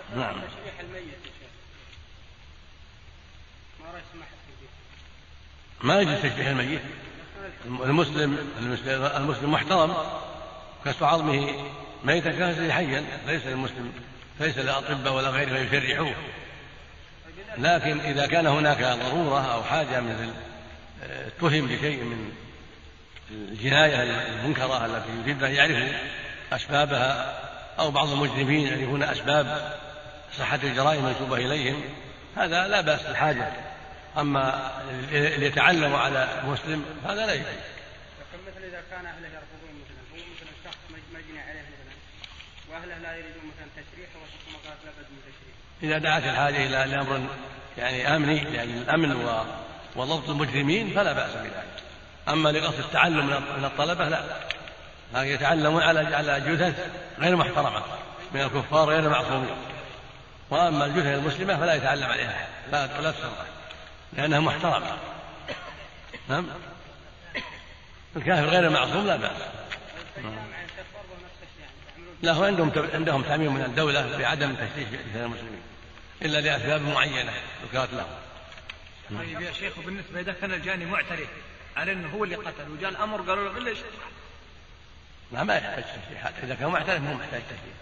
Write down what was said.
نعم. تشريح الميت يا شيخ ما رأي سماحة التوجيه؟ ما يجوز تشريح الميت. المسلم محترم، كسر عظمه ميتا كسر حيا، ليس للمسلم ليس للأطباء ولا غيره يشرحوه. لكن إذا كان هناك ضرورة أو حاجة مثل اتهم بشيء من الجناية المنكرة التي يريد أن يعرفوا أسبابها، أو بعض المجرمين يعرفون أسباب صحة الجرائم المنسوبة إليهم، هذا لا بأس بالحاجة. أما اللي يتعلم على مسلم هذا لا يجوز. مثل إذا كان أهله يرفضون مثلا، هو مثلا شخص مجني عليه مثلا وأهله لا يريدون مثلا تشريح والحكومة قالت لا بد من تشريح، إذا دعت الحاجة إلى أمر يعني أمني يعني الأمن وضبط المجرمين فلا بأس بذلك. أما لقصد التعلم من الطلبة لا، لكن يتعلمون على جثث غير محترمة من الكفار غير معصومين. وأما الجثث المسلمة فلا يتعلم عليها لا تسرع لأنها محترمة. نعم. الكافر غير معصوم لا بأس. لا، هو عندهم تعميم من الدولة بعدم تشريح جثث المسلمين إلا لأسباب معينة ذكرت لهم. طيب يا شيخ، بالنسبة إذا كان الجاني معترف على أنه هو اللي قتل وجاء الأمر قالوا له ليش؟ لا، ما يحتاج تشريح. إذا كان معترف مو محتاج تشريح.